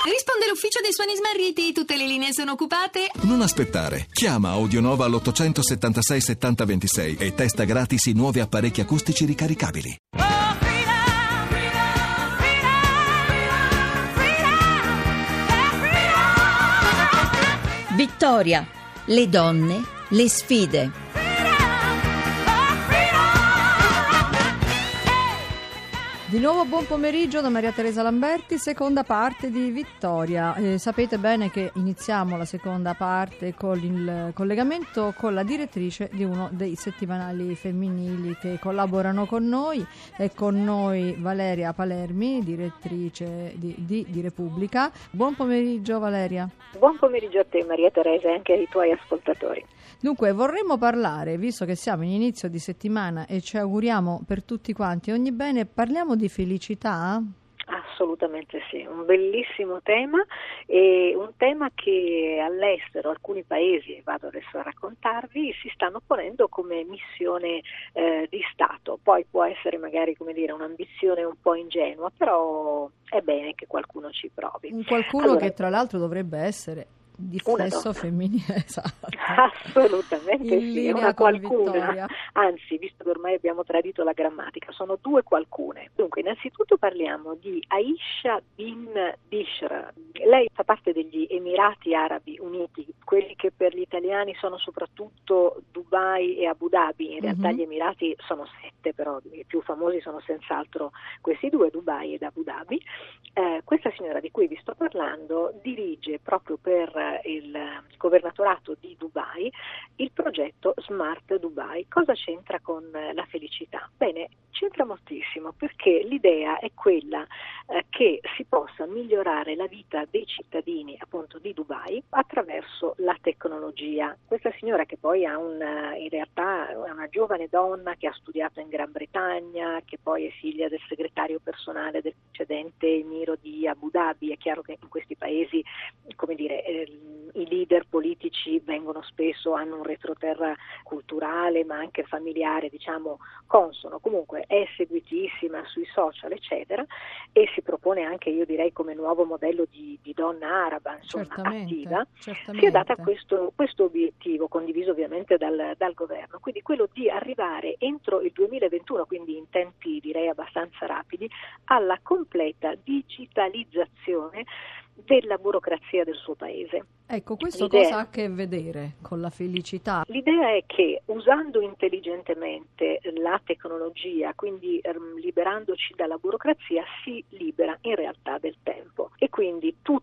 Risponde l'ufficio dei suoni smarriti, tutte le linee sono occupate. Non aspettare. Chiama Audionova all'876 70 26 e testa gratis i nuovi apparecchi acustici ricaricabili. Vittoria, le donne, le sfide. Di nuovo buon pomeriggio da Maria Teresa Lamberti, seconda parte di Vittoria. Sapete bene che iniziamo la seconda parte con il collegamento con la direttrice di uno dei settimanali femminili che collaborano con noi. È con noi Valeria Palermi, direttrice di Repubblica. Buon pomeriggio Valeria. Buon pomeriggio a te Maria Teresa e anche ai tuoi ascoltatori. Dunque vorremmo parlare, visto che siamo in inizio di settimana e ci auguriamo per tutti quanti ogni bene, parliamo di felicità? Assolutamente sì, un bellissimo tema e un tema che all'estero alcuni paesi, vado adesso a raccontarvi, si stanno ponendo come missione di Stato. Poi può essere magari, come dire, un'ambizione un po' ingenua, però è bene che qualcuno ci provi. Qualcuno che tra l'altro dovrebbe essere di sesso femminile, esatto. Assolutamente in sì, linea una con qualcuna, Vittoria. Anzi, visto che ormai abbiamo tradito la grammatica, sono due qualcune. Dunque, innanzitutto parliamo di Aisha bin Bishr. Lei fa parte degli Emirati Arabi Uniti, quelli che per gli italiani sono soprattutto Dubai e Abu Dhabi. In realtà gli Emirati sono 7, però i più famosi sono senz'altro questi due, Dubai ed Abu Dhabi. Questa signora di cui vi sto parlando dirige proprio per il governatorato di Dubai il progetto Smart Dubai. Cosa c'entra con la felicità? Bene, c'entra moltissimo, perché l'idea è quella che si possa migliorare la vita dei cittadini appunto di Dubai attraverso la tecnologia. Questa signora, che poi in realtà è una giovane donna che ha studiato in Gran Bretagna, che poi è figlia del segretario personale del precedente emiro di Abu Dhabi. È chiaro che in questi paesi, come dire, i leader politici hanno un retroterra culturale ma anche familiare, diciamo, consono. Comunque è seguitissima sui social eccetera, e si propone anche, io direi, come nuovo modello di donna araba, insomma, attiva. Si è data questo obiettivo, condiviso ovviamente dal governo, quindi quello di arrivare entro il 2021, quindi in tempi direi abbastanza rapidi, alla completa digitalizzazione della burocrazia del suo paese. Ecco, questo cosa ha a che vedere con la felicità? L'idea è che usando intelligentemente la tecnologia, quindi liberandoci dalla burocrazia, si libera in realtà del tempo, e quindi tutte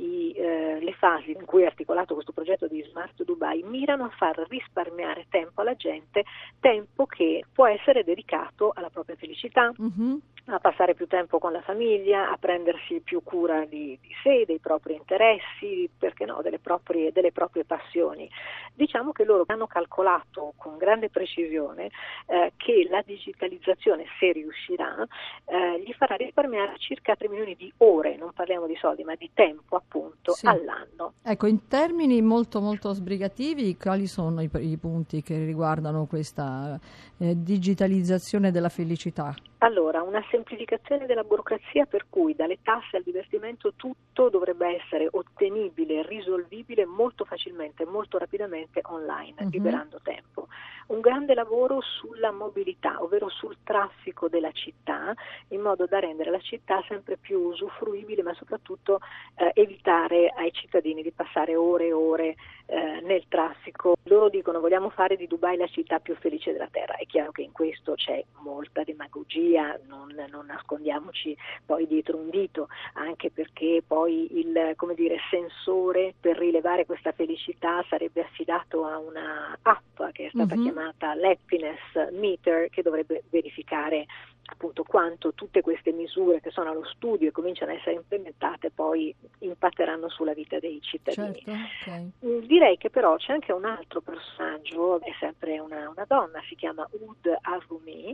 le fasi in cui è articolato questo progetto di Smart Dubai mirano a far risparmiare tempo alla gente, tempo che può essere dedicato alla propria felicità, a passare più tempo con la famiglia, a prendersi più cura di sé, dei propri interessi, perché no, delle proprie passioni. Diciamo che loro hanno calcolato con grande precisione che la digitalizzazione, se riuscirà, gli farà risparmiare circa 3 milioni di ore, non parliamo di soldi, ma di tempo appunto, sì, all'anno. Ecco, in termini molto molto sbrigativi, quali sono i punti che riguardano questa digitalizzazione della felicità? Allora, una semplificazione della burocrazia, per cui dalle tasse al divertimento tutto dovrebbe essere ottenibile, risolvibile molto facilmente, molto rapidamente online, liberando tempo. Un grande lavoro sulla mobilità, ovvero sul traffico della città, in modo da rendere la città sempre più usufruibile, ma soprattutto evitare ai cittadini di passare ore e ore nel traffico. Loro dicono: vogliamo fare di Dubai la città più felice della terra. È chiaro che in questo c'è molta demagogia, non nascondiamoci poi dietro un dito, anche perché poi il sensore per rilevare questa felicità sarebbe affidato a una app che è stata chiamata l'Happiness Meter, che dovrebbe verificare appunto quanto tutte queste misure che sono allo studio e cominciano a essere implementate poi impatteranno sulla vita dei cittadini. Certo, okay. Direi che però c'è anche un altro personaggio, è sempre una donna, si chiama Oud Arumi,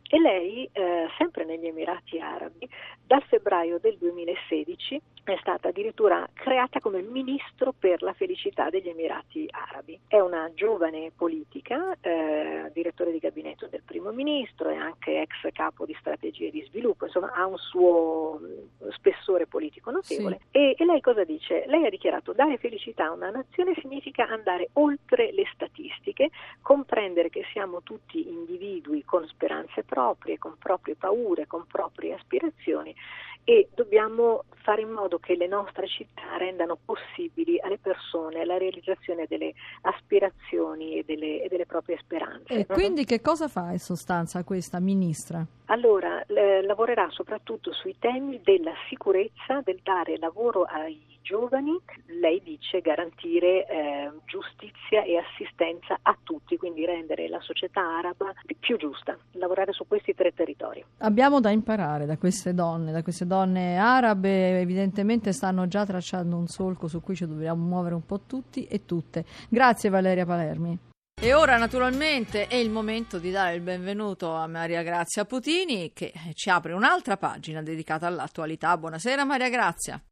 E lei, sempre negli Emirati Arabi, dal febbraio del 2016 è stata addirittura creata come ministro per la felicità degli Emirati Arabi. È una giovane politica, direttore di gabinetto del primo ministro, è anche ex capo di strategia e di sviluppo, insomma ha un suo spessore politico notevole. Sì. E lei cosa dice? Lei ha dichiarato: dare felicità a una nazione significa andare oltre le statistiche, comprendere che siamo tutti individui con speranze proprie, con proprie paure, con proprie aspirazioni, e dobbiamo fare in modo che le nostre città rendano possibili alle persone la realizzazione delle aspirazioni e delle proprie speranze. E quindi che cosa fa in sostanza questa ministra? Allora, lavorerà soprattutto sui temi della sicurezza, del dare lavoro ai giovani, lei dice garantire giustizia e assistenza a tutti, quindi rendere la società araba più giusta, lavorare su questi 3 territori. Abbiamo da imparare da queste donne arabe, evidentemente stanno già tracciando un solco su cui ci dobbiamo muovere un po' tutti e tutte. Grazie Valeria Palermi. E ora naturalmente è il momento di dare il benvenuto a Maria Grazia Putini, che ci apre un'altra pagina dedicata all'attualità. Buonasera Maria Grazia.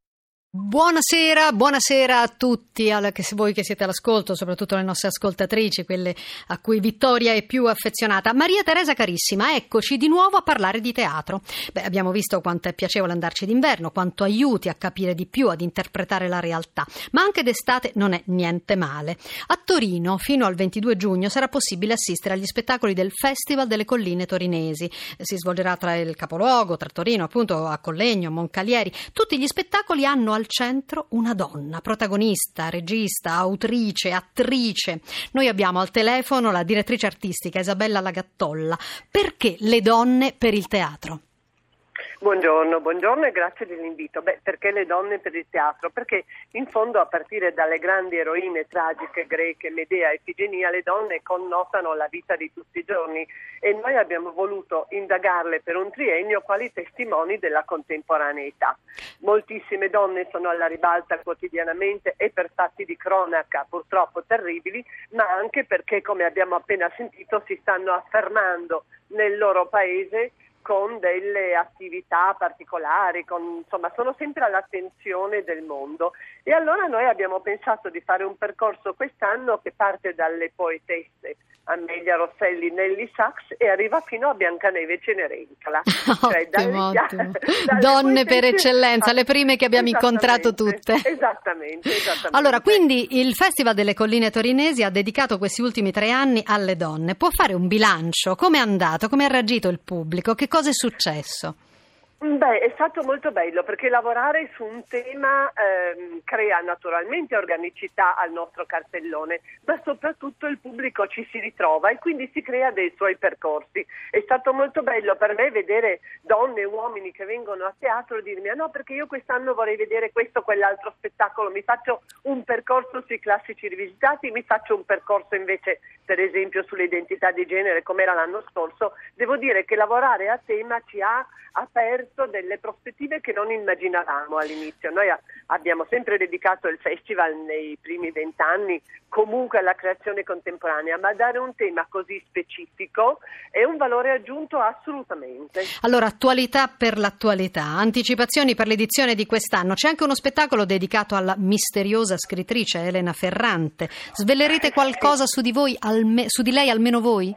Buonasera a tutti, voi che siete all'ascolto, soprattutto le nostre ascoltatrici, quelle a cui Vittoria è più affezionata. Maria Teresa carissima, eccoci di nuovo a parlare di teatro. Abbiamo visto quanto è piacevole andarci d'inverno, quanto aiuti a capire di più, ad interpretare la realtà, ma anche d'estate non è niente male. A Torino fino al 22 giugno sarà possibile assistere agli spettacoli del Festival delle Colline Torinesi. Si svolgerà tra il capoluogo, tra Torino appunto, a Collegno, Moncalieri. Tutti gli spettacoli hanno al centro una donna, protagonista, regista, autrice, attrice. Noi abbiamo al telefono la direttrice artistica Isabella Lagattolla. Perché le donne per il teatro? Buongiorno e grazie dell'invito. Perché le donne per il teatro? Perché in fondo, a partire dalle grandi eroine tragiche greche, Medea e Ifigenia, le donne connotano la vita di tutti i giorni e noi abbiamo voluto indagarle per un triennio quali testimoni della contemporaneità. Moltissime donne sono alla ribalta quotidianamente e per fatti di cronaca purtroppo terribili, ma anche perché, come abbiamo appena sentito, si stanno affermando nel loro paese con delle attività particolari, insomma sono sempre all'attenzione del mondo. E allora noi abbiamo pensato di fare un percorso quest'anno che parte dalle poetesse Amelia Rosselli, Nelly Sachs e arriva fino a Biancaneve Cenerentola. Ottimo. Donne per eccellenza, le prime che abbiamo incontrato tutte. Esattamente. Allora, quindi il Festival delle Colline Torinesi ha dedicato questi ultimi 3 anni alle donne. Può fare un bilancio? Come è andato? Come ha reagito il pubblico? Che cosa è successo? È stato molto bello perché lavorare su un tema crea naturalmente organicità al nostro cartellone, ma soprattutto il pubblico ci si ritrova e quindi si crea dei suoi percorsi. È stato molto bello per me vedere donne e uomini che vengono a teatro dirmi: no, perché io quest'anno vorrei vedere questo o quell'altro spettacolo, mi faccio un percorso sui classici rivisitati, mi faccio un percorso invece per esempio sulle identità di genere come era l'anno scorso. Devo dire che lavorare a tema ci ha aperto delle prospettive che non immaginavamo all'inizio. Noi abbiamo sempre dedicato il festival nei primi 20 anni comunque alla creazione contemporanea, ma dare un tema così specifico è un valore aggiunto assolutamente. Allora, attualità per l'attualità, anticipazioni per l'edizione di quest'anno. C'è anche uno spettacolo dedicato alla misteriosa scrittrice Elena Ferrante. Svelerete qualcosa su di voi, su di lei almeno voi?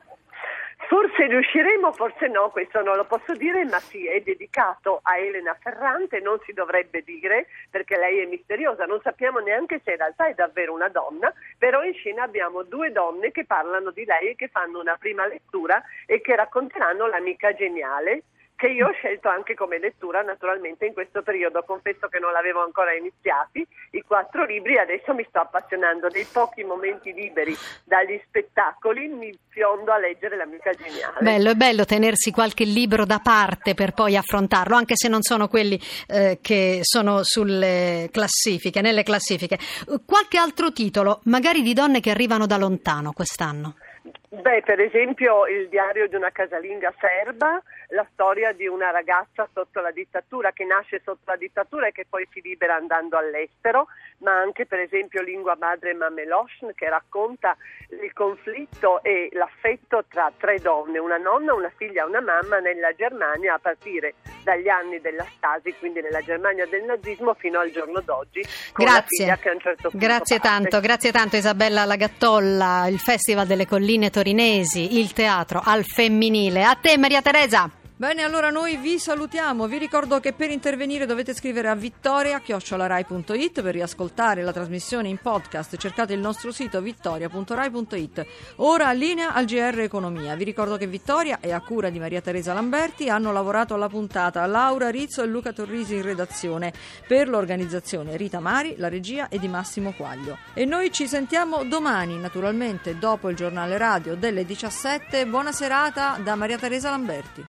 Forse riusciremo, forse no, questo non lo posso dire, ma sì, è dedicato a Elena Ferrante, non si dovrebbe dire perché lei è misteriosa, non sappiamo neanche se in realtà è davvero una donna, però in scena abbiamo 2 donne che parlano di lei e che fanno una prima lettura e che racconteranno L'amica geniale, che io ho scelto anche come lettura naturalmente in questo periodo. Confesso che non l'avevo ancora iniziati i 4 libri, adesso mi sto appassionando. Dei pochi momenti liberi dagli spettacoli mi fiondo a leggere L'amica geniale. È bello tenersi qualche libro da parte per poi affrontarlo, anche se non sono quelli che sono nelle classifiche. Qualche altro titolo, magari di donne che arrivano da lontano quest'anno? Per esempio Il diario di una casalinga serba, la storia di una ragazza sotto la dittatura, che nasce sotto la dittatura e che poi si libera andando all'estero, ma anche per esempio Lingua madre Mameloshn, che racconta il conflitto e l'affetto tra tre donne, una nonna, una figlia e una mamma nella Germania a partire dagli anni della Stasi, quindi nella Germania del nazismo, fino al giorno d'oggi, con la figlia che a un certo punto Grazie tanto Isabella Lagattolla. Il Festival delle Colline Torinesi, il teatro al femminile. A te Maria Teresa. Bene, allora noi vi salutiamo. Vi ricordo che per intervenire dovete scrivere a vittoria@rai.it. Per riascoltare la trasmissione in podcast cercate il nostro sito vittoria.rai.it. Ora linea al GR Economia. Vi ricordo che Vittoria è a cura di Maria Teresa Lamberti. Hanno lavorato alla puntata Laura Rizzo e Luca Torrisi in redazione. Per l'organizzazione Rita Mari, la regia è di Massimo Quaglio. E noi ci sentiamo domani, naturalmente dopo il giornale radio delle 17. Buona serata da Maria Teresa Lamberti.